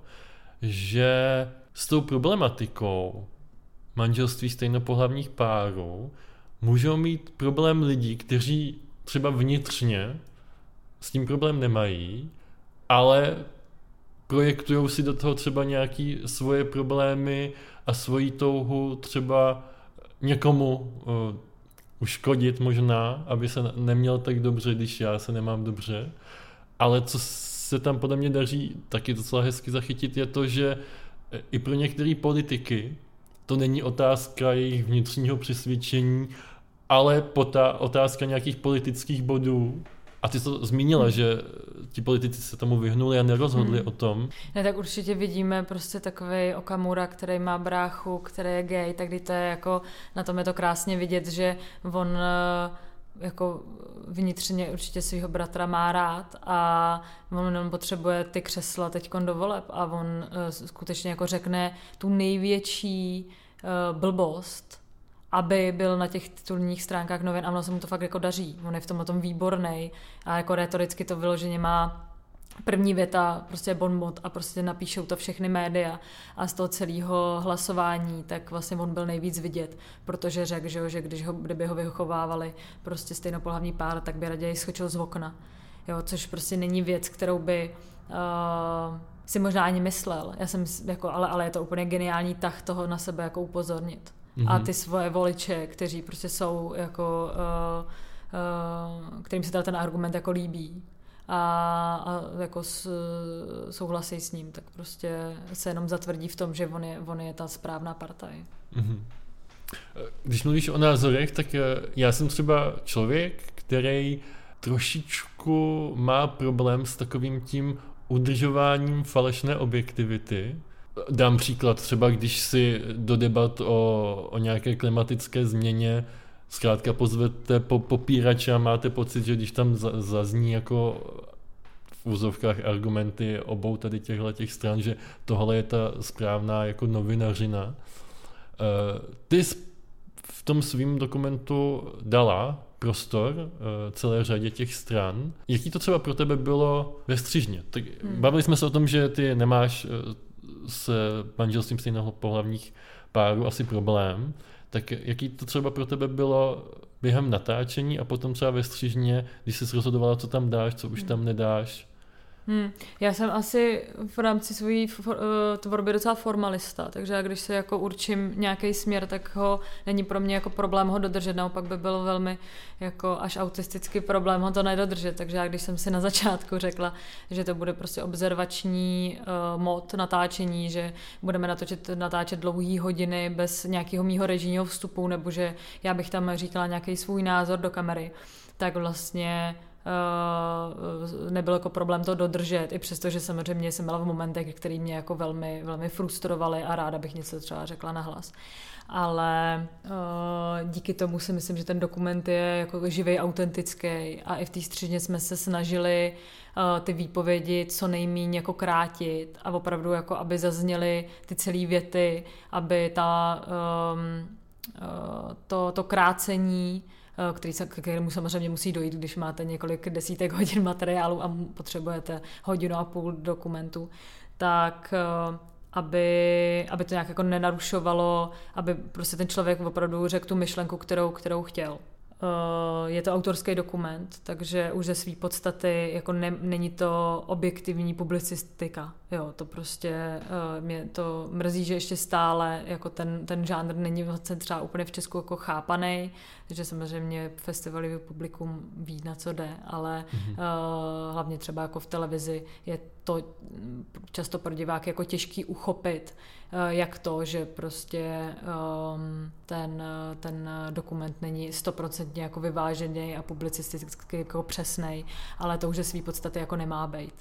že s tou problematikou manželství stejnopohlavních párů můžou mít problém lidi, kteří třeba vnitřně s tím problém nemají, ale projektují si do toho třeba nějaké svoje problémy a svoji touhu třeba někomu uh, uškodit možná, aby se neměl tak dobře, když já se nemám dobře. Ale co se tam podle mě daří taky docela hezky zachytit, je to, že i pro některé politiky to není otázka jejich vnitřního přesvědčení, ale pota, otázka nějakých politických bodů. A ty jsi to zmínila, že ti politici se tomu vyhnuli a nerozhodli hmm. o tom. Ne, tak určitě vidíme prostě takovej Okamura, který má bráchu, který je gay, tak kdy to je jako, na tom je to krásně vidět, že on jako vnitřně určitě svého bratra má rád a on, on potřebuje ty křesla teďkon do voleb a on uh, skutečně jako řekne tu největší uh, blbost, aby byl na těch titulních stránkách novin a ono se mu to fakt jako daří. On je v tom o tom výbornej a jako retoricky to vyloženě má první věta, prostě bonmot a prostě napíšou to všechny média a z toho celého hlasování, tak vlastně on byl nejvíc vidět, protože řekl, že, že když ho, kdyby ho vychovávali prostě stejnopohlavní pár, tak by raději skočil z okna. Jo, což prostě není věc, kterou by uh, si možná ani myslel. Já jsem jako, ale, ale je to úplně geniální tah toho na sebe jako upozornit. Mm-hmm. A ty svoje voliče, kteří prostě jsou jako, uh, uh, kterým se ten argument jako líbí a, a jako s, souhlasí s ním, tak prostě se jenom zatvrdí v tom, že on je, on je ta správná partaj. Mm-hmm. Když mluvíš o názorech, tak já jsem třeba člověk, který trošičku má problém s takovým tím udržováním falešné objektivity. Dám příklad, třeba když si do debat o, o nějaké klimatické změně zkrátka pozvete po, popírače a máte pocit, že když tam za, zazní jako v úzovkách argumenty obou tady těchto těch stran, že tohle je ta správná jako novinařina. Uh, ty v tom svým dokumentu dala prostor uh, celé řadě těch stran. Jaký to třeba pro tebe bylo ve střižně? Tak hmm. Bavili jsme se o tom, že ty nemáš uh, s manželstvím stejnopohlavních párů asi problém. Tak jaký to třeba pro tebe bylo během natáčení a potom třeba ve střižně, když jsi rozhodovala, co tam dáš, co už tam nedáš? Hmm. Já jsem asi v rámci své tvorby docela formalista, takže já když se jako určím nějaký směr, tak ho není pro mě jako problém ho dodržet, naopak by bylo velmi jako až autistický problém ho to nedodržet, takže já když jsem si na začátku řekla, že to bude prostě observační uh, mod natáčení, že budeme natočit, natáčet dlouhý hodiny bez nějakého mýho režijního vstupu, nebo že já bych tam říkala nějaký svůj názor do kamery, tak vlastně Uh, nebyl jako problém to dodržet, i přesto, že samozřejmě jsem byla v momentech, které mě jako velmi, velmi frustrovaly a ráda bych něco třeba řekla nahlas. Ale uh, díky tomu si myslím, že ten dokument je jako živý, autentický a i v té střižně jsme se snažili uh, ty výpovědi co nejméně jako krátit a opravdu jako aby zazněly ty celé věty, aby ta um, uh, to, to krácení, který se, kterému samozřejmě musí dojít, když máte několik desítek hodin materiálu a potřebujete hodinu a půl dokumentu, tak aby, aby to nějak jako nenarušovalo, aby prostě ten člověk opravdu řekl tu myšlenku, kterou, kterou chtěl. Je to autorský dokument, takže už ze své podstaty jako ne, není to objektivní publicistika. Jo, to prostě mě to mrzí, že ještě stále jako ten, ten žánr není vlastně třeba úplně v Česku jako chápaný, takže samozřejmě festivalový publikum ví, na co jde, ale mm-hmm. uh, hlavně třeba jako v televizi je to často pro diváky jako těžký uchopit, uh, jak to, že prostě um, ten, ten dokument není stoprocentně jako vyvážený a publicisticky jako přesnej, ale to už ze svý podstaty jako nemá být.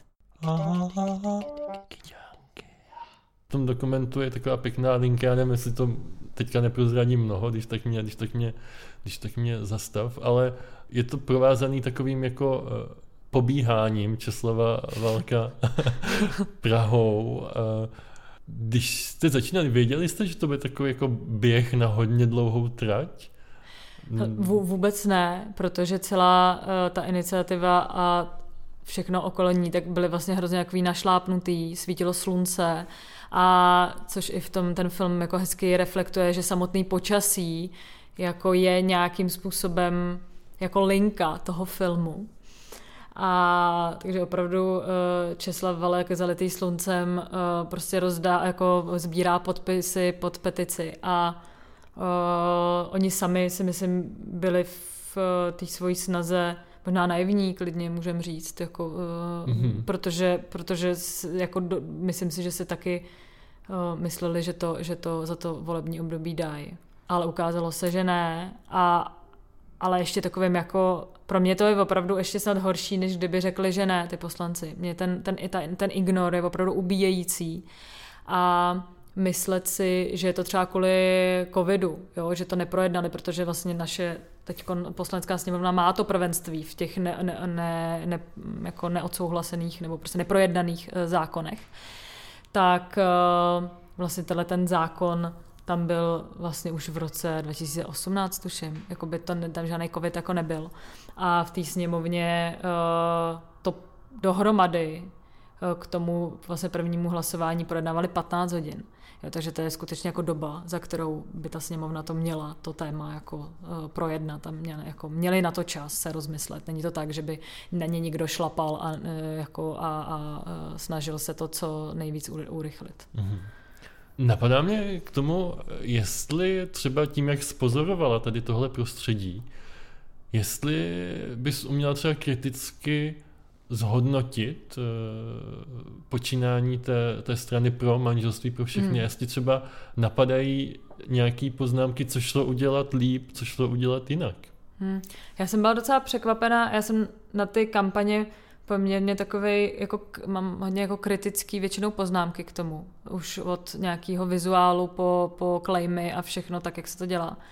V tom dokumentu je taková pěkná linka, já nevím, jestli to teďka neprozradím mnoho, když tak mě, když tak mě, když tak mě zastav, ale je to provázaný takovým jako uh, pobíháním Česlava Valka Prahou. Uh, když jste začínali, věděli jste, že to bude takový jako běh na hodně dlouhou trať? V, vůbec ne, protože celá uh, ta iniciativa a všechno okolo ní, tak byly vlastně hrozně takový našlápnutý, svítilo slunce a což i v tom ten film jako hezky reflektuje, že samotný počasí jako je nějakým způsobem jako linka toho filmu. A takže opravdu uh, Česlav Valek zalitý sluncem uh, prostě rozdá, jako sbírá podpisy pod petici a uh, oni sami si myslím byli v uh, té svojí snaze možná naivní, klidně můžem říct, jako, uh, mm-hmm. protože, protože jako do, myslím si, že si taky uh, mysleli, že to, že to za to volební období dají. Ale ukázalo se, že ne. A, ale ještě takovým jako, pro mě to je opravdu ještě snad horší, než kdyby řekli, že ne, ty poslanci. Mě ten, ten, ten, ten ignor je opravdu ubíjející. A myslet si, že je to třeba kvůli covidu, jo, že to neprojednali, protože vlastně naše teď poslanecká sněmovna má to prvenství v těch ne, ne, ne, ne, jako neodsouhlasených nebo prostě neprojednaných zákonech, tak vlastně tenhle ten zákon tam byl vlastně už v roce dva tisíce osmnáct, tuším, jako by to, tam žádný covid jako nebyl. A v té sněmovně to dohromady k tomu vlastně prvnímu hlasování projednávali patnáct hodin. Jo, takže to je skutečně jako doba, za kterou by ta sněmovna to měla, to téma jako uh, projednat a měli, jako, měli na to čas se rozmyslet. Není to tak, že by na ně někdo šlapal a, uh, jako, a, a uh, snažil se to co nejvíc urychlit. Mm-hmm. Napadá mě k tomu, jestli třeba tím, jak zpozorovala tady tohle prostředí, jestli bys uměla třeba kriticky zhodnotit uh, počínání té, té strany pro manželství pro všechny. Hmm. Jestli třeba napadají nějaký poznámky, co šlo udělat líp, co šlo udělat jinak. Hmm. Já jsem byla docela překvapená, já jsem na ty kampaně poměrně takovej, jako, mám hodně jako kritický většinou poznámky k tomu. Už od nějakého vizuálu po, po claimy a všechno tak, jak se to dělá.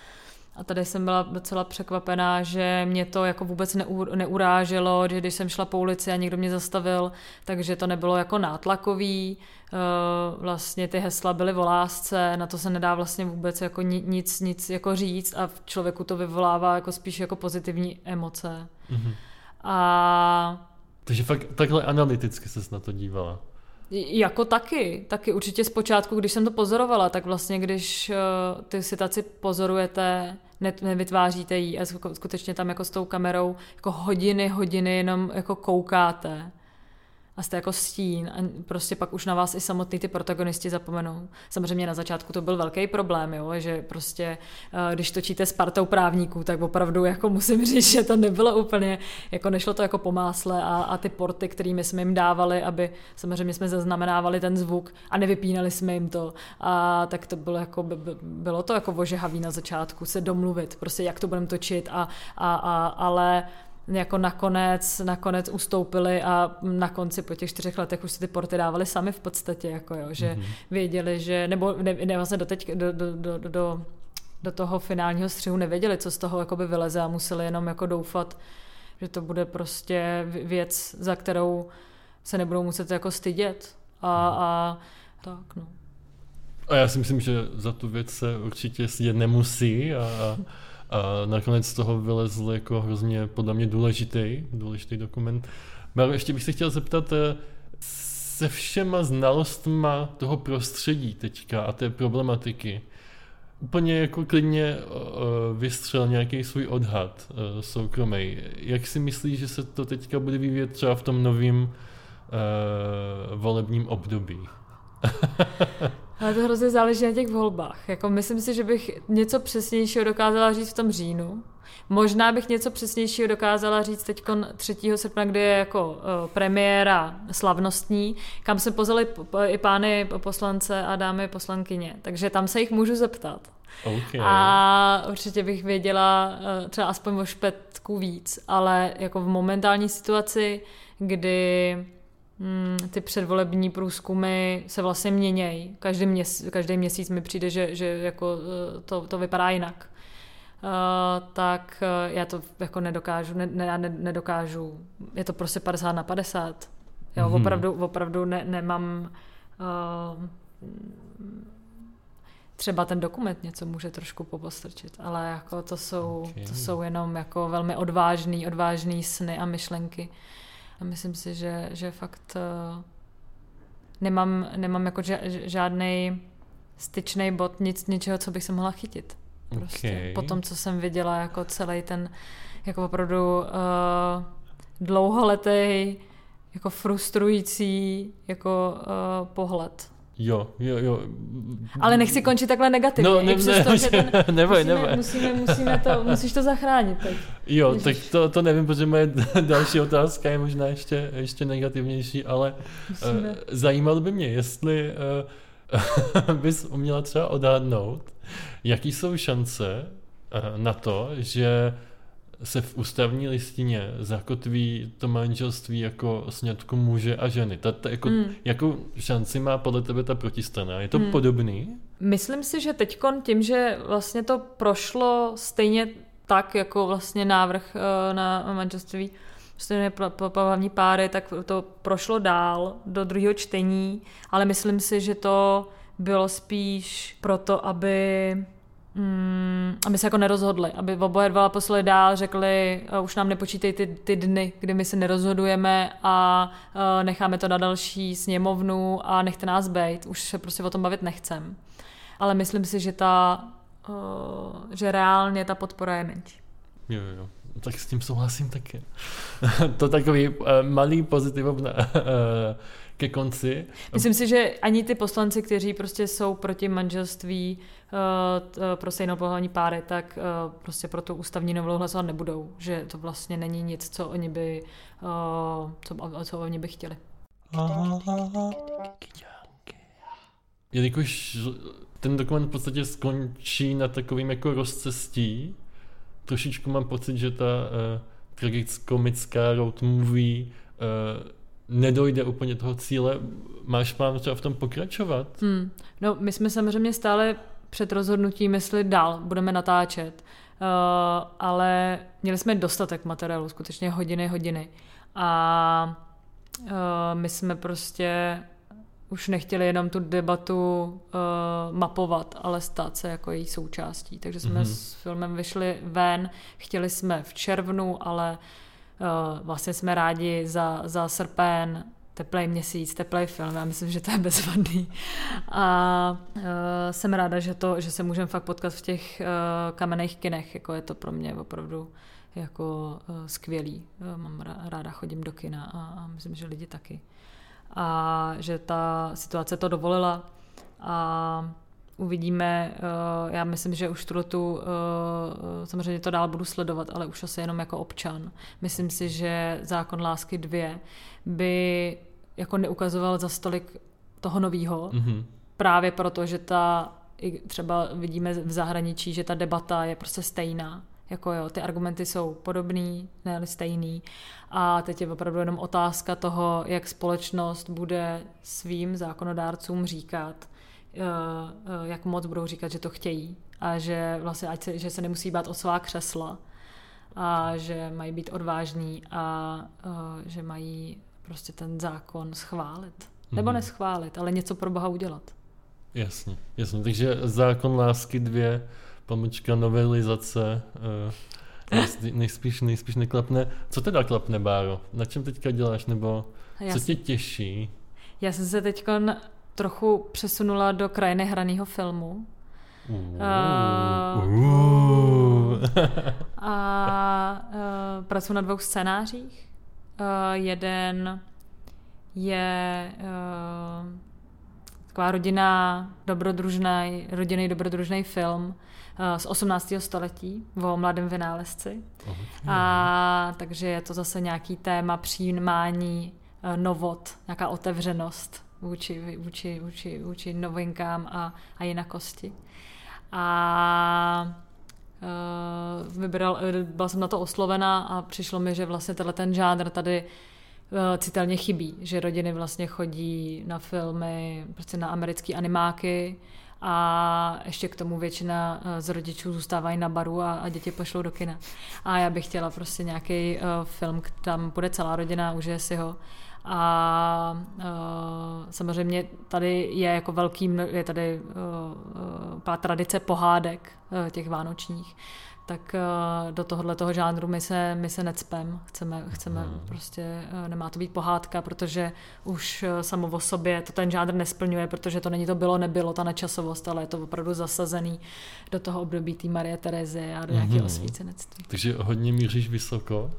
A tady jsem byla docela překvapená, že mě to jako vůbec neu, neuráželo, že když jsem šla po ulici a někdo mě zastavil, takže to nebylo jako nátlakový. Vlastně ty hesla byly o lásce, na to se nedá vlastně vůbec jako nic, nic jako říct a v člověku to vyvolává jako spíš jako pozitivní emoce. Mm-hmm. A... Takže fakt takhle analyticky ses na to dívala. Jako taky, taky určitě zpočátku, když jsem to pozorovala, tak vlastně když uh, ty situaci pozorujete, ne, nevytváříte ji a skutečně tam jako s tou kamerou jako hodiny, hodiny jenom jako koukáte a jste jako stín a prostě pak už na vás i samotný ty protagonisti zapomenou. Samozřejmě na začátku to byl velký problém, jo, že prostě když točíte s partou právníků, tak opravdu jako musím říct, že to nebylo úplně, jako nešlo to jako po másle a, a ty porty, kterými jsme jim dávali, aby samozřejmě jsme zaznamenávali ten zvuk a nevypínali jsme jim to. A tak to bylo jako, bylo to jako ožehavý na začátku se domluvit, prostě jak to budeme točit a, a, a ale jako nakonec, nakonec ustoupili a na konci po těch čtyřech letech už si ty porty dávali sami v podstatě, jako jo, že mm-hmm. věděli, že, nebo ne, ne vlastně doteď, do, do, do, do, do toho finálního střihu nevěděli, co z toho jakoby vyleze a museli jenom jako doufat, že to bude prostě věc, za kterou se nebudou muset jako stydět a, a tak, no. A já si myslím, že za tu věc se určitě stydět nemusí a, a A nakonec z toho vylezl jako hrozně podle mě důležitý, důležitý dokument. Báro, ještě bych se chtěl zeptat, se všema znalostma toho prostředí teďka a té problematiky, úplně jako klidně vystřel nějaký svůj odhad soukromý. Jak si myslíš, že se to teďka bude vyvíjet třeba v tom novém uh, volebním období? Ale to hrozně záleží na těch volbách. Jako myslím si, že bych něco přesnějšího dokázala říct v tom říjnu. Možná bych něco přesnějšího dokázala říct teď třetího srpna, kdy je jako uh, premiéra slavnostní, kam se pozvali i pány poslance a dámy poslankyně. Takže tam se jich můžu zeptat. Okay. A určitě bych věděla uh, třeba aspoň o špetku víc, ale jako v momentální situaci, kdy ty předvolební průzkumy se vlastně měnějí. Každý měsíc, každý měsíc mi přijde, že, že jako to, to vypadá jinak. Uh, tak já to jako nedokážu, ne, ne, ne, nedokážu. Je to prostě padesát na padesát. Jo, mm-hmm. opravdu, opravdu ne, nemám uh, třeba ten dokument něco může trošku popostrčit, ale jako to jsou, okay. to jsou jenom jako velmi odvážný, odvážný sny a myšlenky. A myslím si, že, že fakt uh, nemám, nemám jako žádný styčný bod, nic, ničeho, co bych se mohla chytit. Prostě. Okay. Po tom, co jsem viděla jako celý ten jako opravdu uh, dlouholetý, jako frustrující jako uh, pohled. Jo, jo, jo. Ale nechci končit takhle negativně. No, ne, přesto, ne, že ten, neboj, musíme, neboj. Musíme, musíme to, musíš to zachránit teď. Jo, Ježiš. tak to, to nevím, protože moje další otázka je možná ještě, ještě negativnější, ale uh, zajímalo by mě, jestli uh, bys uměla třeba odhadnout, jaký jsou šance uh, na to, že se v ústavní listině zakotví to manželství jako sňatku muže a ženy. Ta, ta, jako, mm. Jakou šanci má podle tebe ta protistrana? Je to mm. podobný? Myslím si, že teďkon tím, že vlastně to prošlo stejně tak, jako vlastně návrh na manželství stejné pohlavní páry, tak to prošlo dál do druhého čtení, ale myslím si, že to bylo spíš proto, aby... Hmm, aby se jako nerozhodli, aby oboje dva poslali dál, řekli, uh, už nám nepočítej ty, ty dny, kdy my se nerozhodujeme a uh, necháme to na další sněmovnu a nechte nás bejt, už se prostě o tom bavit nechcem. Ale myslím si, že ta, uh, že reálně ta podpora je menší. Jo, jo, tak s tím souhlasím taky. To takový uh, malý pozitivum na, uh, ke konci. Myslím si, že ani ty poslanci, kteří prostě jsou proti manželství uh, pro stejnopohlavní páry, tak uh, prostě pro tu ústavní novelu hlasovat nebudou. Že to vlastně není nic, co oni by, uh, co, co oni by chtěli. Jelikož ten dokument v podstatě skončí na takovým jako rozcestí, trošičku mám pocit, že ta uh, tragicko-komická road movie uh, nedojde úplně toho cíle. Máš plán třeba v tom pokračovat? Hmm. No, my jsme samozřejmě stále před rozhodnutím, jestli dál budeme natáčet. Uh, ale měli jsme dostatek materiálu, skutečně hodiny, hodiny. A uh, my jsme prostě už nechtěli jenom tu debatu uh, mapovat, ale stát se jako její součástí. Takže jsme mm-hmm. s filmem vyšli ven, chtěli jsme v červnu, ale uh, vlastně jsme rádi za, za srpen, teplej měsíc, teplej film, já myslím, že to je bezvadný. A uh, jsem ráda, že, to, že se můžeme fakt potkat v těch uh, kamenných kinech, jako je to pro mě opravdu jako uh, skvělý. Uh, mám ráda, chodím do kina a, a myslím, že lidi taky. A že ta situace to dovolila a uvidíme, uh, já myslím, že už tu tu uh, samozřejmě to dál budu sledovat, ale už asi jenom jako občan. Myslím si, že Zákon lásky dvě by jako neukazoval za stolik toho novýho, mm-hmm. právě proto, že ta, třeba vidíme v zahraničí, že ta debata je prostě stejná. Jako jo, ty argumenty jsou podobný, ne stejný. A teď je opravdu jenom otázka toho, jak společnost bude svým zákonodárcům říkat, jak moc budou říkat, že to chtějí. A že vlastně, ať se, že se nemusí bát o svá křesla. A že mají být odvážní a že mají prostě ten zákon schválit. Nebo neschválit, ale něco pro Boha udělat. Jasně, jasně. Takže Zákon lásky dvě, pomlčka novelizace, uh, nejspíš, nejspíš neklapne. Co teda klapne, Báro? Na čem teďka děláš, nebo já co tě těší? Já jsem se teďka trochu přesunula do krajiny hraného filmu. Uh, uh, uh. a uh, pracuji na dvou scénářích. Uh, jeden je uh, taková rodinná, dobrodružný, rodinný dobrodružný film uh, z osmnáctého století o mladém vynálezci. Uh, a takže je to zase nějaký téma přijímání uh, novot, nějaká otevřenost vůči, vůči, vůči, vůči novinkám a, a jinakosti. A uh, vybral, byla jsem na to oslovena a přišlo mi, že vlastně tenhle ten žánr tady uh, citelně chybí, že rodiny vlastně chodí na filmy, prostě na americké animáky a ještě k tomu většina z rodičů zůstávají na baru a, a děti pošlou do kina. A já bych chtěla prostě nějaký uh, film, tam bude celá rodina, užije si ho. A uh, samozřejmě tady je jako velký, je tady uh, uh, tradice pohádek uh, těch vánočních, tak uh, do tohohle toho žánru my se, my se necpem, chceme, chceme hmm. prostě, uh, nemá to být pohádka, protože už uh, samo o sobě to ten žánr nesplňuje, protože to není to bylo, nebylo, ta nečasovost, ale je to opravdu zasazený do toho období té Marie Terezie a do nějakého hmm. osvícenectví. Takže hodně míříš vysoko.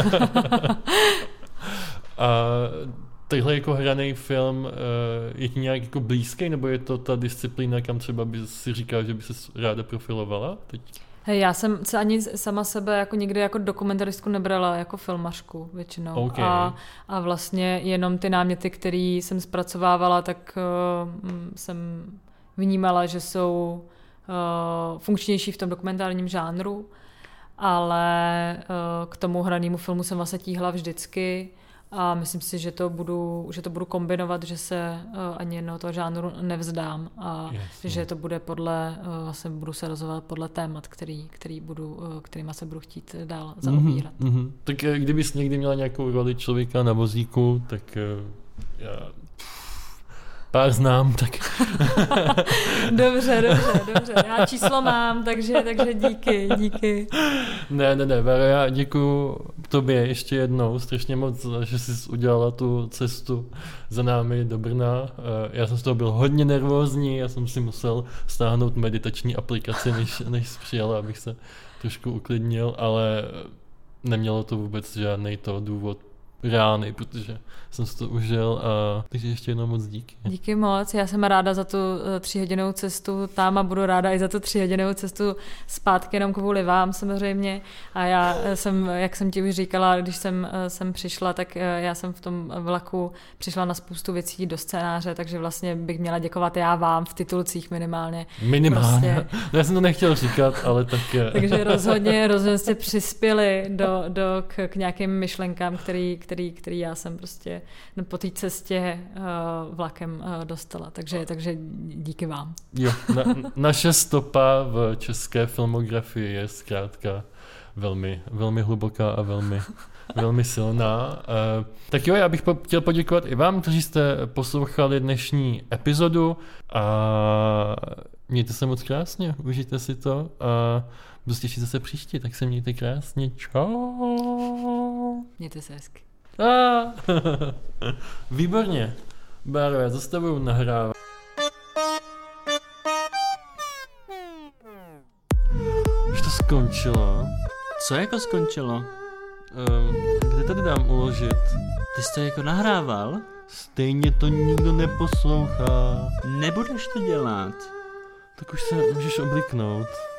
A takhle jako hraný film je ti nějak jako blízký, nebo je to ta disciplína, kam třeba by si říkala, že by se ráda profilovala teď? Hej, já jsem se ani sama sebe jako nikdy jako dokumentaristku nebrala jako filmařku většinou. Okay. A, a vlastně jenom ty náměty, které jsem zpracovávala, tak uh, jsem vnímala, že jsou uh, funkčnější v tom dokumentárním žánru, ale uh, k tomu hranému filmu jsem vlastně tíhla vždycky. A myslím si, že to budu, že to budu kombinovat, že se uh, ani jednoho toho žánru nevzdám a yes, že to bude podle, uh, vlastně budu se rozhodovat podle témat, který, který budu, uh, kterýma se budu chtít dál zaobírat. Mm-hmm, mm-hmm. Tak kdybys někdy měla nějakou roli člověka na vozíku, tak uh, já pár znám, tak... dobře, dobře, dobře. Já číslo mám, takže, takže díky, díky. Ne, ne, ne, Vero, já děkuju tobě ještě jednou strašně moc, že jsi udělala tu cestu za námi do Brna. Já jsem z toho byl hodně nervózní, já jsem si musel stáhnout meditační aplikaci, než, než jsi přijela, abych se trošku uklidnil, ale nemělo to vůbec žádnej to důvod reálný, protože jsem si to užil a takže ještě jednou moc díky. Díky moc, já jsem ráda za tu tříhodinovou cestu tam a budu ráda i za tu tříhodinovou cestu zpátky jenom kvůli vám samozřejmě a já jsem, jak jsem ti už říkala, když jsem sem přišla, tak já jsem v tom vlaku přišla na spoustu věcí do scénáře, takže vlastně bych měla děkovat já vám v titulcích minimálně. Minimálně, prostě. Já jsem to nechtěl říkat, ale tak je. Takže rozhodně, rozhodně jste přispěli do, do, k, k nějakým myšlenkám, který, který který, který já jsem prostě po té cestě uh, vlakem uh, dostala. Takže, takže díky vám. Jo, na, naše stopa v české filmografii je zkrátka velmi, velmi hluboká a velmi, velmi silná. Uh, tak jo, já bych po, chtěl poděkovat i vám, kteří jste poslouchali dnešní epizodu a mějte se moc krásně, užijte si to a budu se těšit zase příště, tak se mějte krásně. Čau. Mějte se hezky. Ah, výborně. Báro, já zastavuju nahrávat. Už to skončilo. Co jako skončilo? Um, kde tady dám uložit? Ty jsi to jako nahrával? Stejně to nikdo neposlouchá. Nebudeš to dělat. Tak už se můžeš obliknout.